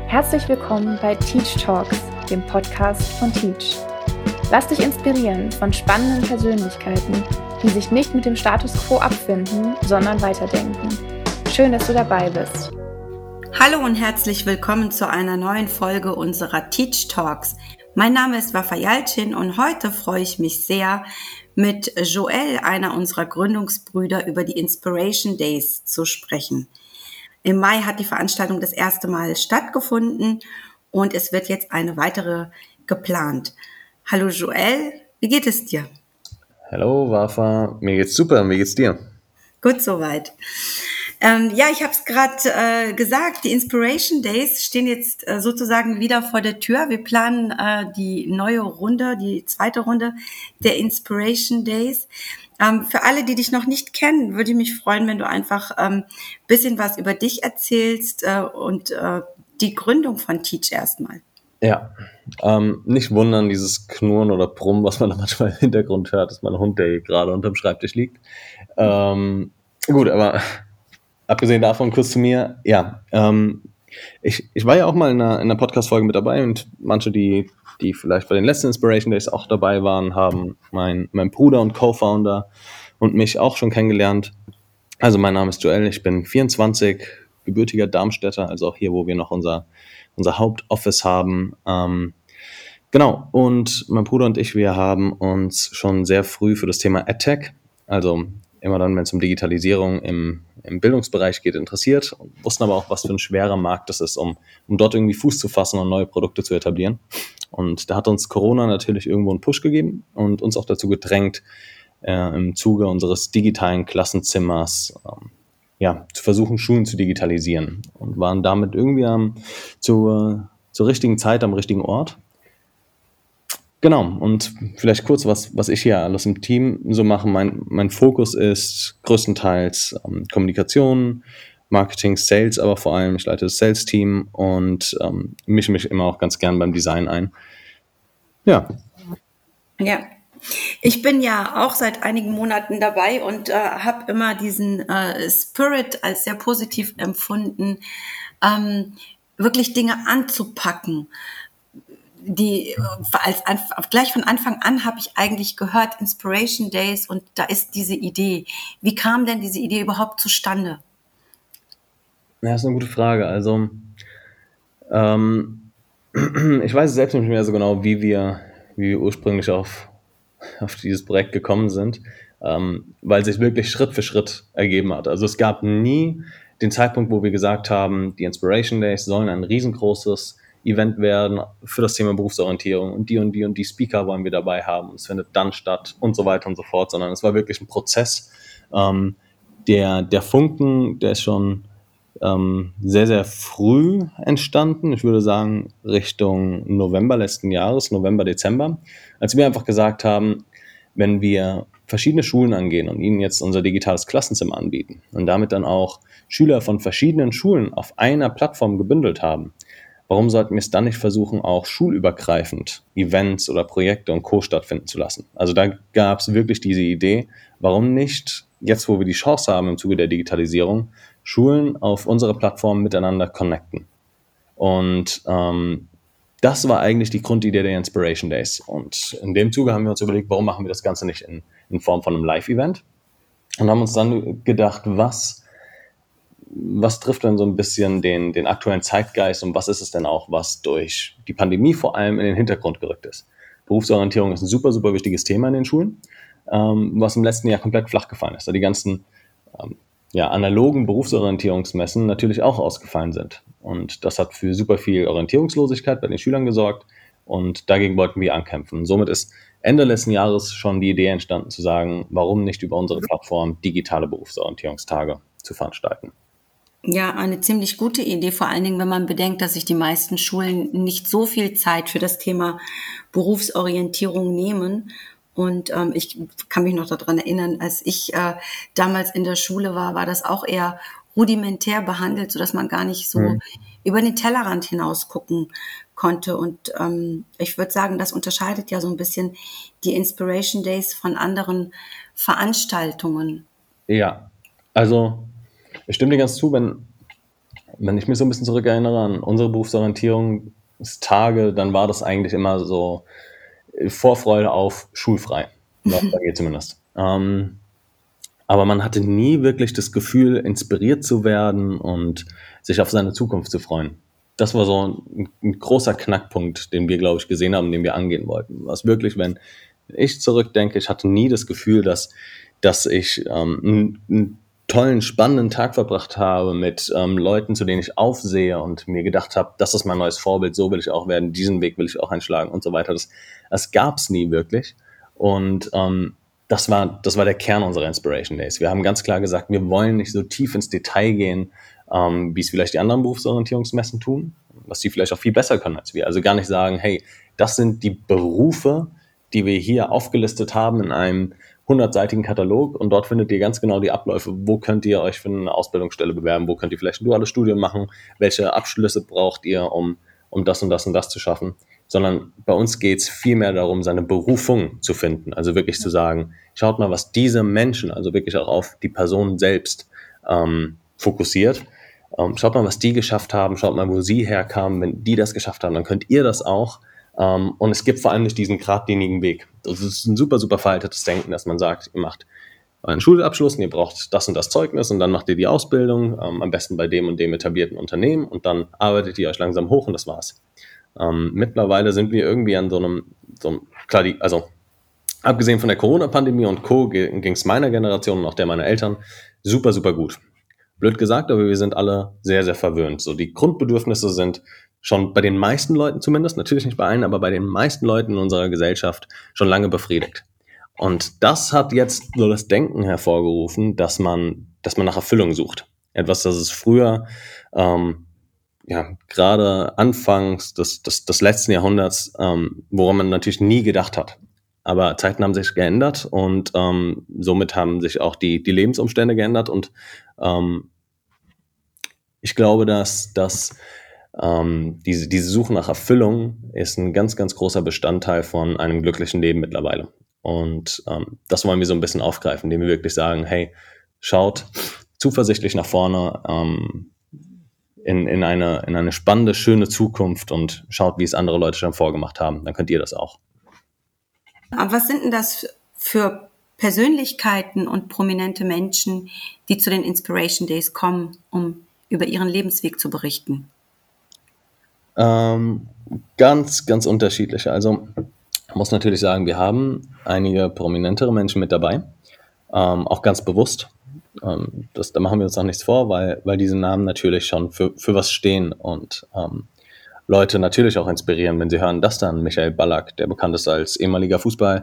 Herzlich willkommen bei Teach Talks, dem Podcast von Teach. Lass dich inspirieren von spannenden Persönlichkeiten, die sich nicht mit dem Status quo abfinden, sondern weiterdenken. Schön, dass du dabei bist. Hallo und herzlich willkommen zu einer neuen Folge unserer Teach Talks. Mein Name ist Wafa Yalcin und heute freue ich mich sehr, mit Joel, einer unserer Gründungsbrüder, über die Inspiration Days zu sprechen. Im Mai hat die Veranstaltung das erste Mal stattgefunden und es wird jetzt eine weitere geplant. Hallo Joel, wie geht es dir? Hallo Wafa, mir geht's super, wie geht's dir? Gut soweit. Ich habe es gerade gesagt, die Inspiration Days stehen jetzt sozusagen wieder vor der Tür. Wir planen die neue Runde, die zweite Runde der Inspiration Days. Für alle, die dich noch nicht kennen, würde ich mich freuen, wenn du einfach bisschen was über dich erzählst und die Gründung von Teach erstmal. Ja, nicht wundern, dieses Knurren oder Brummen, was man da manchmal im Hintergrund hört, ist mein Hund, der hier gerade unterm Schreibtisch liegt. Gut, aber abgesehen davon kurz zu mir. Ja, ich war ja auch mal in einer Podcast-Folge mit dabei und manche, die vielleicht bei den letzten Inspiration Days auch dabei waren, haben mein Bruder und Co-Founder und mich auch schon kennengelernt. Also mein Name ist Joel, ich bin 24, gebürtiger Darmstädter, also auch hier, wo wir noch unser Hauptoffice haben. Genau, und mein Bruder und ich, wir haben uns schon sehr früh für das Thema EdTech, also immer dann, wenn es um Digitalisierung im Bildungsbereich geht, interessiert, wussten aber auch, was für ein schwerer Markt das ist, um dort irgendwie Fuß zu fassen und neue Produkte zu etablieren. Und da hat uns Corona natürlich irgendwo einen Push gegeben und uns auch dazu gedrängt, im Zuge unseres digitalen Klassenzimmers zu versuchen, Schulen zu digitalisieren und waren damit irgendwie zur richtigen Zeit am richtigen Ort. Genau, und vielleicht kurz, was ich hier alles im Team so mache. Mein Fokus ist größtenteils Kommunikation, Marketing, Sales, aber vor allem, ich leite das Sales-Team und mische mich immer auch ganz gern beim Design ein. Ja. Ich bin ja auch seit einigen Monaten dabei und habe immer diesen Spirit als sehr positiv empfunden, wirklich Dinge anzupacken. Gleich von Anfang an habe ich eigentlich gehört, Inspiration Days, und da ist diese Idee. Wie kam denn diese Idee überhaupt zustande? Ja, das ist eine gute Frage. Also, ich weiß selbst nicht mehr so genau, wie wir ursprünglich auf dieses Projekt gekommen sind, weil sich wirklich Schritt für Schritt ergeben hat. Also es gab nie den Zeitpunkt, wo wir gesagt haben, die Inspiration Days sollen ein riesengroßes Event werden für das Thema Berufsorientierung und die Speaker wollen wir dabei haben und es findet dann statt und so weiter und so fort, sondern es war wirklich ein Prozess. Der Funken, der ist schon sehr, sehr früh entstanden. Ich würde sagen Richtung November letzten Jahres, November, Dezember, als wir einfach gesagt haben, wenn wir verschiedene Schulen angehen und ihnen jetzt unser digitales Klassenzimmer anbieten und damit dann auch Schüler von verschiedenen Schulen auf einer Plattform gebündelt haben, warum sollten wir es dann nicht versuchen, auch schulübergreifend Events oder Projekte und Co. stattfinden zu lassen? Also da gab es wirklich diese Idee, warum nicht, jetzt wo wir die Chance haben im Zuge der Digitalisierung, Schulen auf unserer Plattform miteinander connecten. Und das war eigentlich die Grundidee der Inspiration Days. Und in dem Zuge haben wir uns überlegt, warum machen wir das Ganze nicht in Form von einem Live-Event? Und haben uns dann gedacht, was trifft denn so ein bisschen den aktuellen Zeitgeist und was ist es denn auch, was durch die Pandemie vor allem in den Hintergrund gerückt ist? Berufsorientierung ist ein super, super wichtiges Thema in den Schulen, was im letzten Jahr komplett flach gefallen ist, da die ganzen analogen Berufsorientierungsmessen natürlich auch ausgefallen sind. Und das hat für super viel Orientierungslosigkeit bei den Schülern gesorgt und dagegen wollten wir ankämpfen. Und somit ist Ende letzten Jahres schon die Idee entstanden zu sagen, warum nicht über unsere Plattform digitale Berufsorientierungstage zu veranstalten. Ja, eine ziemlich gute Idee, vor allen Dingen, wenn man bedenkt, dass sich die meisten Schulen nicht so viel Zeit für das Thema Berufsorientierung nehmen. Und ich kann mich noch daran erinnern, als ich damals in der Schule war das auch eher rudimentär behandelt, sodass man gar nicht so über den Tellerrand hinaus gucken konnte. Und ich würde sagen, das unterscheidet ja so ein bisschen die Inspiration Days von anderen Veranstaltungen. Ja, also ich stimme dir ganz zu, wenn wenn ich mich so ein bisschen zurückerinnere an unsere Berufsorientierungstage, dann war das eigentlich immer so Vorfreude auf schulfrei. Noch bei mir zumindest. Aber man hatte nie wirklich das Gefühl, inspiriert zu werden und sich auf seine Zukunft zu freuen. Das war so ein großer Knackpunkt, den wir, glaube ich, gesehen haben, den wir angehen wollten. Was wirklich, wenn ich zurückdenke, ich hatte nie das Gefühl, dass ich einen tollen, spannenden Tag verbracht habe mit Leuten, zu denen ich aufsehe und mir gedacht habe, das ist mein neues Vorbild, so will ich auch werden, diesen Weg will ich auch einschlagen und so weiter. Das gab es nie wirklich. Und das war der Kern unserer Inspiration Days. Wir haben ganz klar gesagt, wir wollen nicht so tief ins Detail gehen, wie es vielleicht die anderen Berufsorientierungsmessen tun, was die vielleicht auch viel besser können als wir. Also gar nicht sagen, hey, das sind die Berufe, die wir hier aufgelistet haben in einem 100-seitigen Katalog und dort findet ihr ganz genau die Abläufe. Wo könnt ihr euch für eine Ausbildungsstelle bewerben? Wo könnt ihr vielleicht ein duales Studium machen? Welche Abschlüsse braucht ihr, um das und das und das zu schaffen? Sondern bei uns geht es vielmehr darum, seine Berufung zu finden. Also wirklich zu sagen, schaut mal, was diese Menschen, also wirklich auch auf die Person selbst fokussiert. Schaut mal, was die geschafft haben. Schaut mal, wo sie herkamen. Wenn die das geschafft haben, dann könnt ihr das auch. Und es gibt vor allem nicht diesen geradlinigen Weg. Das ist ein super, super veraltetes Denken, dass man sagt, ihr macht einen Schulabschluss und ihr braucht das und das Zeugnis und dann macht ihr die Ausbildung, am besten bei dem und dem etablierten Unternehmen und dann arbeitet ihr euch langsam hoch und das war's. Mittlerweile sind wir irgendwie an so einem klar, also abgesehen von der Corona-Pandemie und Co. ging es meiner Generation und auch der meiner Eltern super, super gut. Blöd gesagt, aber wir sind alle sehr, sehr verwöhnt. So, die Grundbedürfnisse sind schon bei den meisten Leuten zumindest, natürlich nicht bei allen, aber bei den meisten Leuten in unserer Gesellschaft schon lange befriedigt. Und das hat jetzt so das Denken hervorgerufen, dass man nach Erfüllung sucht. Etwas, das es früher, gerade anfangs des letzten Jahrhunderts, woran man natürlich nie gedacht hat. Aber Zeiten haben sich geändert und somit haben sich auch die Lebensumstände geändert und ich glaube, dass diese Suche nach Erfüllung ist ein ganz, ganz großer Bestandteil von einem glücklichen Leben mittlerweile. Und das wollen wir so ein bisschen aufgreifen, indem wir wirklich sagen, hey, schaut zuversichtlich nach vorne in eine spannende, schöne Zukunft und schaut, wie es andere Leute schon vorgemacht haben. Dann könnt ihr das auch. Aber was sind denn das für Persönlichkeiten und prominente Menschen, die zu den Inspiration Days kommen, um über ihren Lebensweg zu berichten? Ganz, ganz unterschiedliche. Also ich muss natürlich sagen, wir haben einige prominentere Menschen mit dabei, auch ganz bewusst. Da machen wir uns auch nichts vor, weil diese Namen natürlich schon für was stehen und Leute natürlich auch inspirieren, wenn sie hören, dass dann Michael Ballack, der bekannt ist als ehemaliger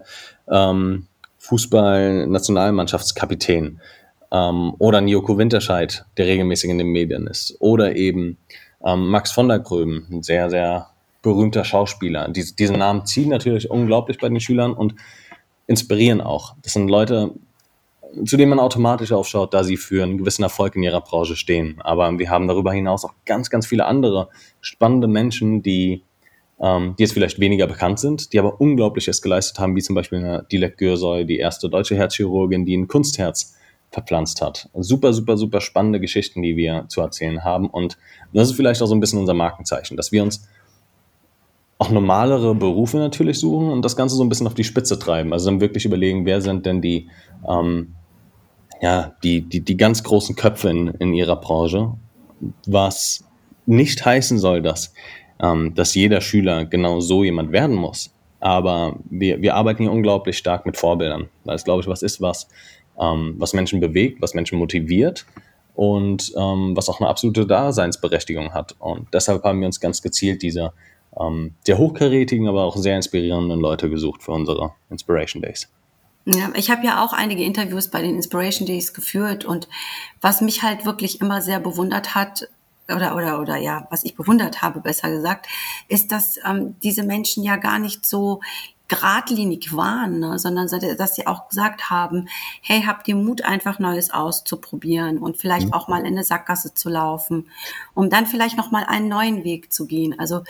Fußball-Nationalmannschaftskapitän, oder Njoko Winterscheid, der regelmäßig in den Medien ist, oder eben Max von der Gröben, ein sehr, sehr berühmter Schauspieler. Diese Namen ziehen natürlich unglaublich bei den Schülern und inspirieren auch. Das sind Leute, zu denen man automatisch aufschaut, da sie für einen gewissen Erfolg in ihrer Branche stehen. Aber wir haben darüber hinaus auch ganz, ganz viele andere spannende Menschen, die jetzt vielleicht weniger bekannt sind, die aber Unglaubliches geleistet haben, wie zum Beispiel Dilek Gürsoy, die erste deutsche Herzchirurgin, die ein Kunstherz verpflanzt hat. Super, super, super spannende Geschichten, die wir zu erzählen haben. Und das ist vielleicht auch so ein bisschen unser Markenzeichen, dass wir uns auch normalere Berufe natürlich suchen und das Ganze so ein bisschen auf die Spitze treiben. Also dann wirklich überlegen, wer sind denn die ganz großen Köpfe in ihrer Branche, was nicht heißen soll, dass jeder Schüler genau so jemand werden muss. Aber wir arbeiten hier unglaublich stark mit Vorbildern, weil es, glaube ich, was ist, was Menschen bewegt, was Menschen motiviert und was auch eine absolute Daseinsberechtigung hat. Und deshalb haben wir uns ganz gezielt diese sehr hochkarätigen, aber auch sehr inspirierenden Leute gesucht für unsere Inspiration Days. Ja, ich habe ja auch einige Interviews bei den Inspiration Days geführt und was mich halt wirklich immer sehr bewundert hat, oder ja, was ich bewundert habe, besser gesagt, ist, dass diese Menschen ja gar nicht so geradlinig waren, ne, sondern dass sie auch gesagt haben, hey, habt ihr Mut, einfach Neues auszuprobieren und vielleicht auch mal in eine Sackgasse zu laufen, um dann vielleicht noch mal einen neuen Weg zu gehen. Also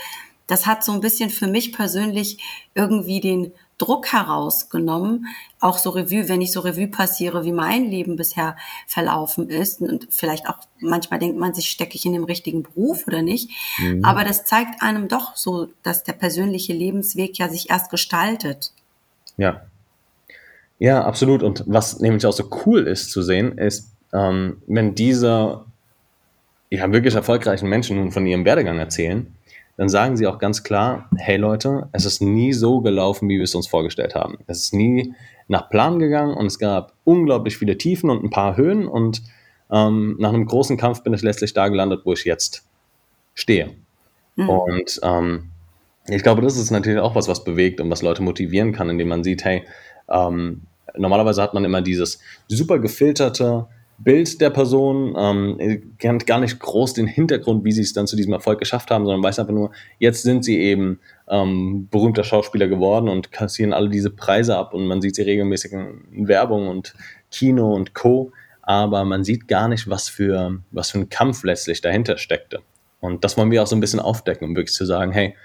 das hat so ein bisschen für mich persönlich irgendwie den Druck herausgenommen, auch so wenn ich so Revue passiere, wie mein Leben bisher verlaufen ist. Und vielleicht auch manchmal denkt man sich, stecke ich in dem richtigen Beruf oder nicht. Aber das zeigt einem doch so, dass der persönliche Lebensweg ja sich erst gestaltet. Ja. Ja, absolut. Und was nämlich auch so cool ist zu sehen, ist, wenn diese wirklich erfolgreichen Menschen nun von ihrem Werdegang erzählen, dann sagen sie auch ganz klar, hey Leute, es ist nie so gelaufen, wie wir es uns vorgestellt haben. Es ist nie nach Plan gegangen und es gab unglaublich viele Tiefen und ein paar Höhen und nach einem großen Kampf bin ich letztlich da gelandet, wo ich jetzt stehe. Und ich glaube, das ist natürlich auch was bewegt und was Leute motivieren kann, indem man sieht, hey, normalerweise hat man immer dieses super gefilterte Bild der Person, kennt gar nicht groß den Hintergrund, wie sie es dann zu diesem Erfolg geschafft haben, sondern weiß einfach nur, jetzt sind sie eben berühmter Schauspieler geworden und kassieren alle diese Preise ab und man sieht sie regelmäßig in Werbung und Kino und Co., aber man sieht gar nicht, was für ein Kampf letztlich dahinter steckte. Und das wollen wir auch so ein bisschen aufdecken, um wirklich zu sagen, hey,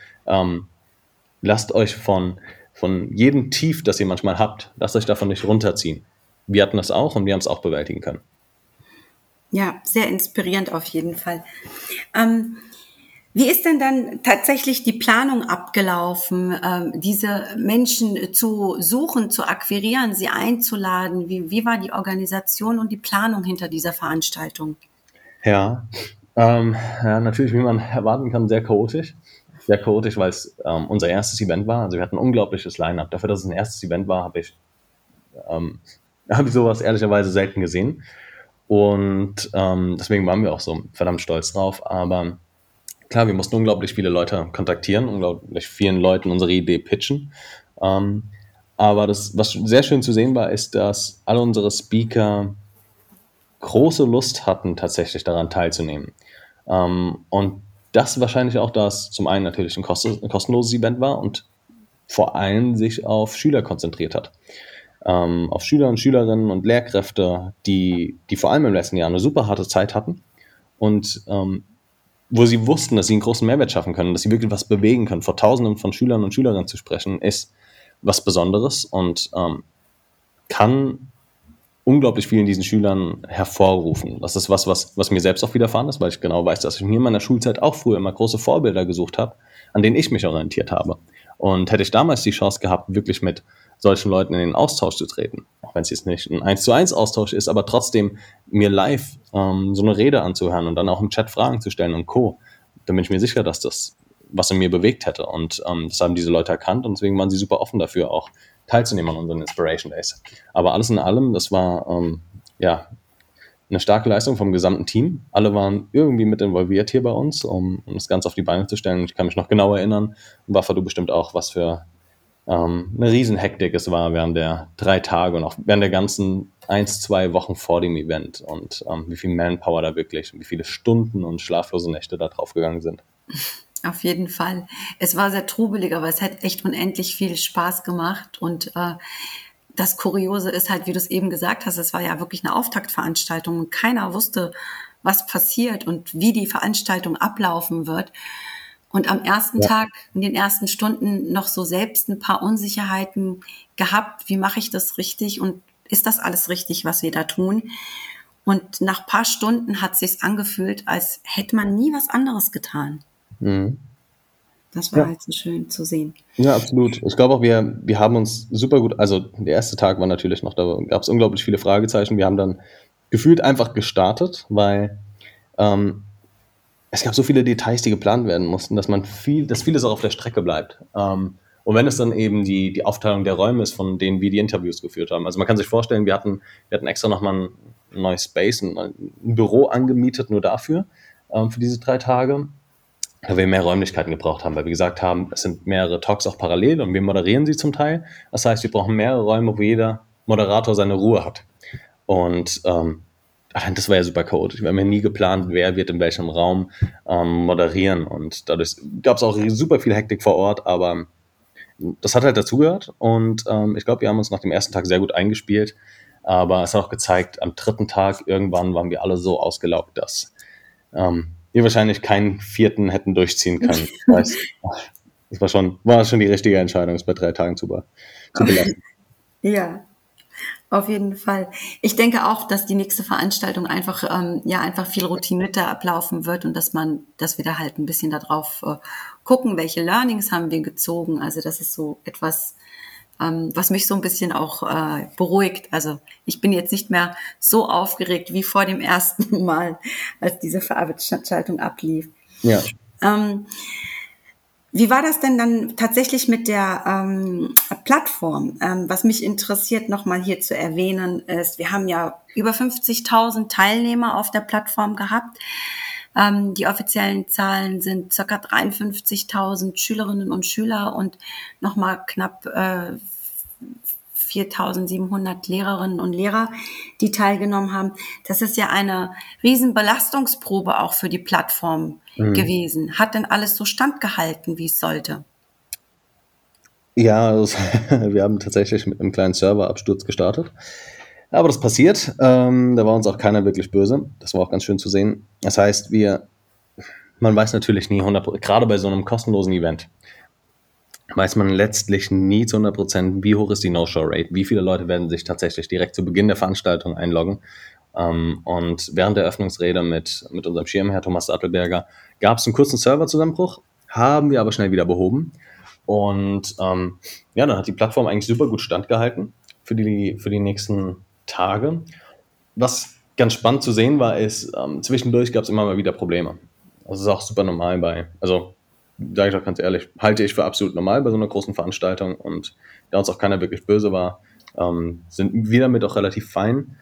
lasst euch von jedem Tief, das ihr manchmal habt, lasst euch davon nicht runterziehen. Wir hatten das auch und wir haben es auch bewältigen können. Ja, sehr inspirierend auf jeden Fall. Wie ist denn dann tatsächlich die Planung abgelaufen, diese Menschen zu suchen, zu akquirieren, sie einzuladen? Wie war die Organisation und die Planung hinter dieser Veranstaltung? Ja, natürlich, wie man erwarten kann, sehr chaotisch. Sehr chaotisch, weil es unser erstes Event war. Also wir hatten ein unglaubliches Line-Up. Dafür, dass es ein erstes Event war, habe ich sowas ehrlicherweise selten gesehen. Und deswegen waren wir auch so verdammt stolz drauf. Aber klar, wir mussten unglaublich viele Leute kontaktieren, unglaublich vielen Leuten unsere Idee pitchen. Aber was sehr schön zu sehen war, ist, dass alle unsere Speaker große Lust hatten, tatsächlich daran teilzunehmen. Und das wahrscheinlich auch, dass zum einen natürlich ein kostenloses Event war und vor allem sich auf Schüler konzentriert hat. Auf Schüler und Schülerinnen und Lehrkräfte, die vor allem im letzten Jahr eine super harte Zeit hatten und wo sie wussten, dass sie einen großen Mehrwert schaffen können, dass sie wirklich was bewegen können. Vor Tausenden von Schülern und Schülerinnen zu sprechen, ist was Besonderes und kann unglaublich viel in diesen Schülern hervorrufen. Das ist was mir selbst auch widerfahren ist, weil ich genau weiß, dass ich mir in meiner Schulzeit auch früher immer große Vorbilder gesucht habe, an denen ich mich orientiert habe. Und hätte ich damals die Chance gehabt, wirklich mit solchen Leuten in den Austausch zu treten, auch wenn es jetzt nicht ein 1:1 Austausch ist, aber trotzdem mir live so eine Rede anzuhören und dann auch im Chat Fragen zu stellen und Co., dann bin ich mir sicher, dass das was in mir bewegt hätte. Und das haben diese Leute erkannt und deswegen waren sie super offen dafür, auch teilzunehmen an unseren Inspiration Days. Aber alles in allem, das war eine starke Leistung vom gesamten Team. Alle waren irgendwie mit involviert hier bei uns, um das Ganze auf die Beine zu stellen. Ich kann mich noch genau erinnern, Waffa, du bestimmt auch, was für eine Riesenhektik es war während der 3 Tage und auch während der ganzen 1-2 Wochen vor dem Event und wie viel Manpower da wirklich, wie viele Stunden und schlaflose Nächte da drauf gegangen sind. Auf jeden Fall. Es war sehr trubelig, aber es hat echt unendlich viel Spaß gemacht. Und das Kuriose ist halt, wie du es eben gesagt hast, es war ja wirklich eine Auftaktveranstaltung und keiner wusste, was passiert und wie die Veranstaltung ablaufen wird. Und am ersten Tag, in den ersten Stunden noch so selbst ein paar Unsicherheiten gehabt. Wie mache ich das richtig und ist das alles richtig, was wir da tun? Und nach ein paar Stunden hat es sich angefühlt, als hätte man nie was anderes getan. Mhm. Das war halt so schön zu sehen. Ja, absolut. Ich glaube auch, wir haben uns super gut, also der erste Tag war natürlich noch, da gab es unglaublich viele Fragezeichen. Wir haben dann gefühlt einfach gestartet, weil es gab so viele Details, die geplant werden mussten, dass vieles auch auf der Strecke bleibt. Und wenn es dann eben die Aufteilung der Räume ist, von denen wir die Interviews geführt haben. Also man kann sich vorstellen, wir hatten extra nochmal ein neues Space, ein Büro angemietet, nur dafür, für diese 3 Tage, weil wir mehr Räumlichkeiten gebraucht haben, weil wir gesagt haben, es sind mehrere Talks auch parallel und wir moderieren sie zum Teil. Das heißt, wir brauchen mehrere Räume, wo jeder Moderator seine Ruhe hat. Und das war ja super chaotisch. Wir haben ja nie geplant, wer wird in welchem Raum moderieren. Und dadurch gab es auch super viel Hektik vor Ort, aber das hat halt dazugehört. Und ich glaube, wir haben uns nach dem ersten Tag sehr gut eingespielt. Aber es hat auch gezeigt, am 3. Tag irgendwann waren wir alle so ausgelaugt, dass wir wahrscheinlich keinen vierten hätten durchziehen können. Das heißt, das war schon die richtige Entscheidung, es bei 3 Tagen zu belassen. Ja, auf jeden Fall. Ich denke auch, dass die nächste Veranstaltung einfach viel routinierter ablaufen wird und dass wir da halt ein bisschen darauf gucken, welche Learnings haben wir gezogen. Also das ist so etwas, was mich so ein bisschen auch beruhigt. Also ich bin jetzt nicht mehr so aufgeregt wie vor dem ersten Mal, als diese Veranstaltung ablief. Ja. Wie war das denn dann tatsächlich mit der Plattform? Was mich interessiert, nochmal hier zu erwähnen, ist, wir haben ja über 50.000 Teilnehmer auf der Plattform gehabt. Die offiziellen Zahlen sind ca. 53.000 Schülerinnen und Schüler und nochmal knapp 4.700 Lehrerinnen und Lehrer, die teilgenommen haben. Das ist ja eine riesen Belastungsprobe auch für die Plattform gewesen. Hat denn alles so standgehalten, wie es sollte? Ja, also, wir haben tatsächlich mit einem kleinen Serverabsturz gestartet. Aber das passiert. Da war uns auch keiner wirklich böse. Das war auch ganz schön zu sehen. Das heißt, man weiß natürlich nie 100%, gerade bei so einem kostenlosen Event, weiß man letztlich nie zu 100%, wie hoch ist die No-Show-Rate, wie viele Leute werden sich tatsächlich direkt zu Beginn der Veranstaltung einloggen. Und während der Eröffnungsrede mit unserem Schirmherr Thomas Sattelberger gab es einen kurzen Serverzusammenbruch, haben wir aber schnell wieder behoben. Und dann hat die Plattform eigentlich super gut standgehalten für die nächsten Tage. Was ganz spannend zu sehen war, ist, zwischendurch gab es immer mal wieder Probleme. Das ist auch super normal sage ich auch ganz ehrlich, halte ich für absolut normal bei so einer großen Veranstaltung, und da uns auch keiner wirklich böse war, sind wir damit auch relativ fein.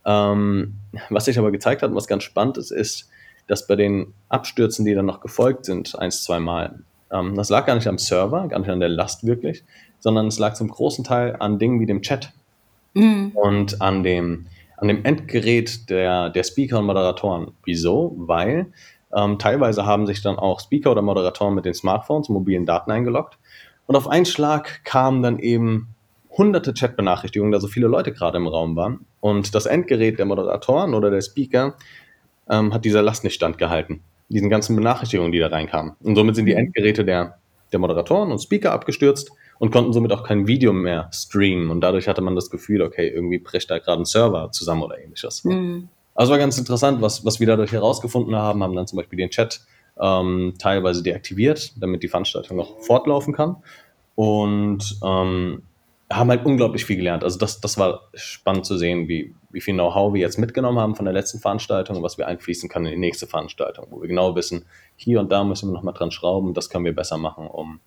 Was sich aber gezeigt hat und was ganz spannend ist, dass bei den Abstürzen, die dann noch gefolgt sind, 1-2 Mal, das lag gar nicht am Server, gar nicht an der Last wirklich, sondern es lag zum großen Teil an Dingen wie dem Chat und an dem Endgerät der Speaker und Moderatoren. Wieso? Weil teilweise haben sich dann auch Speaker oder Moderatoren mit den Smartphones, mobilen Daten eingeloggt, und auf einen Schlag kamen dann eben hunderte Chat-Benachrichtigungen, da so viele Leute gerade im Raum waren, und das Endgerät der Moderatoren oder der Speaker hat dieser Last nicht standgehalten, diesen ganzen Benachrichtigungen, die da reinkamen. Und somit sind die Endgeräte der Moderatoren und Speaker abgestürzt und konnten somit auch kein Video mehr streamen. Und dadurch hatte man das Gefühl, okay, irgendwie bricht da gerade ein Server zusammen oder ähnliches. Also war ganz interessant, was wir dadurch herausgefunden haben dann zum Beispiel den Chat teilweise deaktiviert, damit die Veranstaltung noch fortlaufen kann. Und haben halt unglaublich viel gelernt. Also das war spannend zu sehen, wie viel Know-how wir jetzt mitgenommen haben von der letzten Veranstaltung und was wir einfließen können in die nächste Veranstaltung, wo wir genau wissen, hier und da müssen wir nochmal dran schrauben, das können wir besser machen, um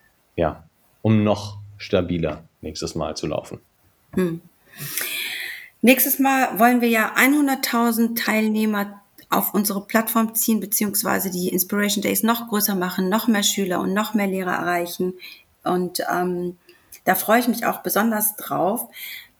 noch stabiler nächstes Mal zu laufen. Nächstes Mal wollen wir ja 100.000 Teilnehmer auf unsere Plattform ziehen, beziehungsweise die Inspiration Days noch größer machen, noch mehr Schüler und noch mehr Lehrer erreichen. Und da freue ich mich auch besonders drauf.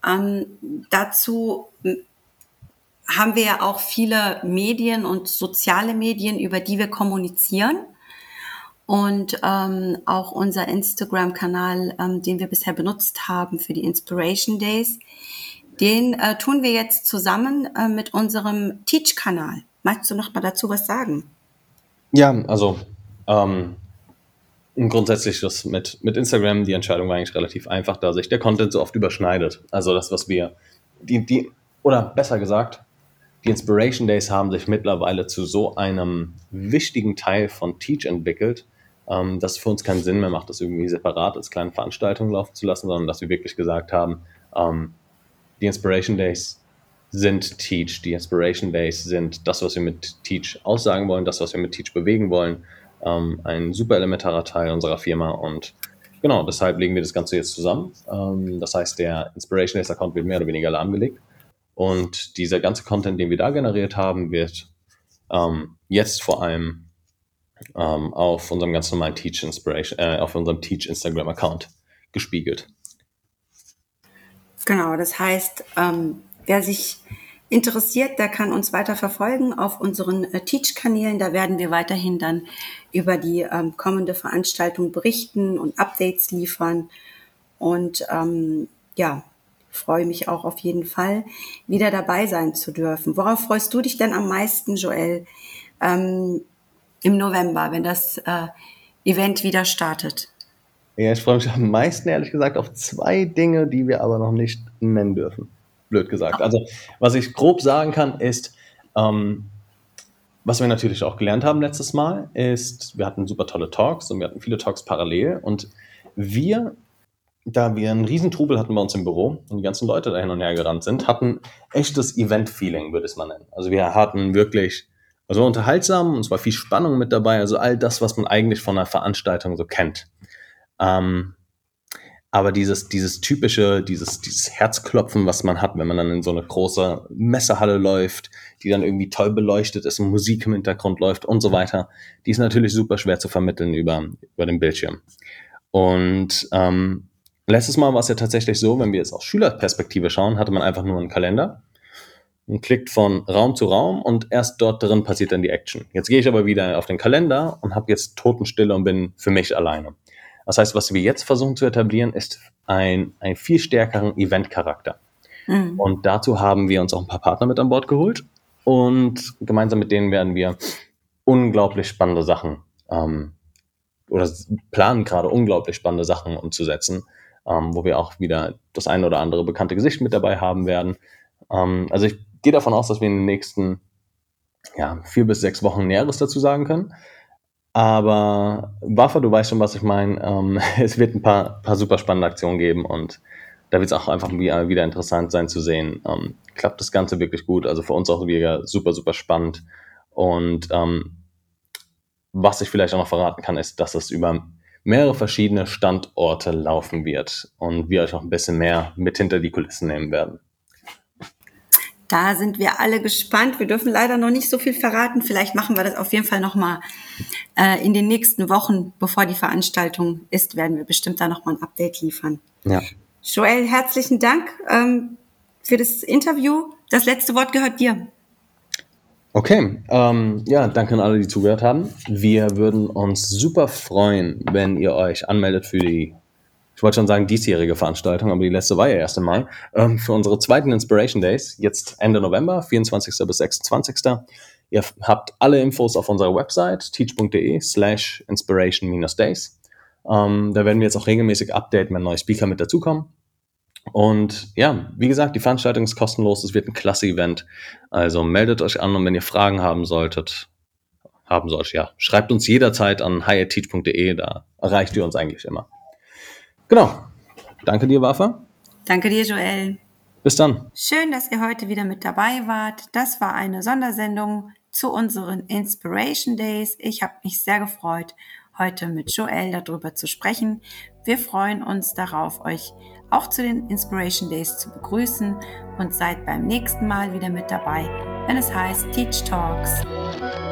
Dazu haben wir ja auch viele Medien und soziale Medien, über die wir kommunizieren. Und auch unser Instagram-Kanal, den wir bisher benutzt haben für die Inspiration Days, den tun wir jetzt zusammen mit unserem Teach-Kanal. Magst du noch mal dazu was sagen? Ja, also grundsätzlich das mit Instagram, die Entscheidung war eigentlich relativ einfach, da sich der Content so oft überschneidet. Also das, was wir, oder besser gesagt, die Inspiration Days haben sich mittlerweile zu so einem wichtigen Teil von Teach entwickelt, dass es für uns keinen Sinn mehr macht, das irgendwie separat als kleine Veranstaltung laufen zu lassen, sondern dass wir wirklich gesagt haben, die Inspiration Days sind Teach, die Inspiration Days sind das, was wir mit Teach aussagen wollen, das, was wir mit Teach bewegen wollen, ein super elementarer Teil unserer Firma, und genau, deshalb legen wir das Ganze jetzt zusammen. Das heißt, der Inspiration Days Account wird mehr oder weniger lahmgelegt, und dieser ganze Content, den wir da generiert haben, wird jetzt vor allem auf unserem ganz normalen Teach auf unserem Teach Instagram Account gespiegelt. Genau, das heißt, wer sich interessiert, der kann uns weiter verfolgen auf unseren Teach-Kanälen. Da werden wir weiterhin dann über die kommende Veranstaltung berichten und Updates liefern. Und freue mich auch auf jeden Fall, wieder dabei sein zu dürfen. Worauf freust du dich denn am meisten, Joel? im November, wenn das Event wieder startet? Ja, ich freue mich am meisten, ehrlich gesagt, auf 2 Dinge, die wir aber noch nicht nennen dürfen. Blöd gesagt. Also, was ich grob sagen kann, ist, was wir natürlich auch gelernt haben letztes Mal, ist, wir hatten super tolle Talks und wir hatten viele Talks parallel und da wir einen riesen Trubel hatten bei uns im Büro und die ganzen Leute da hin und her gerannt sind, hatten echtes Event-Feeling, würde ich es mal nennen. Also wir hatten wirklich, also unterhaltsam und es war viel Spannung mit dabei, also all das, was man eigentlich von einer Veranstaltung so kennt. Aber dieses typische, dieses Herzklopfen, was man hat, wenn man dann in so eine große Messehalle läuft, die dann irgendwie toll beleuchtet ist und Musik im Hintergrund läuft und so weiter, die ist natürlich super schwer zu vermitteln über den Bildschirm. Und letztes Mal war es ja tatsächlich so, wenn wir jetzt aus Schülerperspektive schauen, hatte man einfach nur einen Kalender und klickt von Raum zu Raum und erst dort drin passiert dann die Action. Jetzt gehe ich aber wieder auf den Kalender und habe jetzt Totenstille und bin für mich alleine. Das heißt, was wir jetzt versuchen zu etablieren, ist ein viel stärkeren Event-Charakter. Und dazu haben wir uns auch ein paar Partner mit an Bord geholt und gemeinsam mit denen werden wir unglaublich spannende Sachen oder planen gerade unglaublich spannende Sachen umzusetzen, wo wir auch wieder das eine oder andere bekannte Gesicht mit dabei haben werden. Also ich gehe davon aus, dass wir in den nächsten 4 bis 6 Wochen Näheres dazu sagen können. Aber Waffe, du weißt schon, was ich meine. Es wird ein paar super spannende Aktionen geben und da wird es auch einfach wieder interessant sein zu sehen. Klappt das Ganze wirklich gut? Also für uns auch wieder super, super spannend. Und was ich vielleicht auch noch verraten kann, ist, dass es über mehrere verschiedene Standorte laufen wird und wir euch auch ein bisschen mehr mit hinter die Kulissen nehmen werden. Da sind wir alle gespannt. Wir dürfen leider noch nicht so viel verraten. Vielleicht machen wir das auf jeden Fall nochmal in den nächsten Wochen, bevor die Veranstaltung ist, werden wir bestimmt da nochmal ein Update liefern. Ja. Joel, herzlichen Dank für das Interview. Das letzte Wort gehört dir. Okay, danke an alle, die zugehört haben. Wir würden uns super freuen, wenn ihr euch anmeldet für die, ich wollte schon sagen diesjährige Veranstaltung, aber die letzte war ja erst im Mai, für unsere zweiten Inspiration Days, jetzt Ende November, 24. bis 26. Ihr habt alle Infos auf unserer Website, teach.de/inspiration-days. Da werden wir jetzt auch regelmäßig updaten, wenn neue Speaker mit dazukommen. Und ja, wie gesagt, die Veranstaltung ist kostenlos, es wird ein klasse Event. Also meldet euch an und wenn ihr Fragen haben solltet, schreibt uns jederzeit an hi@teach.de, da erreicht ihr uns eigentlich immer. Genau. Danke dir, Wafa. Danke dir, Joel. Bis dann. Schön, dass ihr heute wieder mit dabei wart. Das war eine Sondersendung zu unseren Inspiration Days. Ich habe mich sehr gefreut, heute mit Joel darüber zu sprechen. Wir freuen uns darauf, euch auch zu den Inspiration Days zu begrüßen und seid beim nächsten Mal wieder mit dabei, wenn es heißt Teach Talks.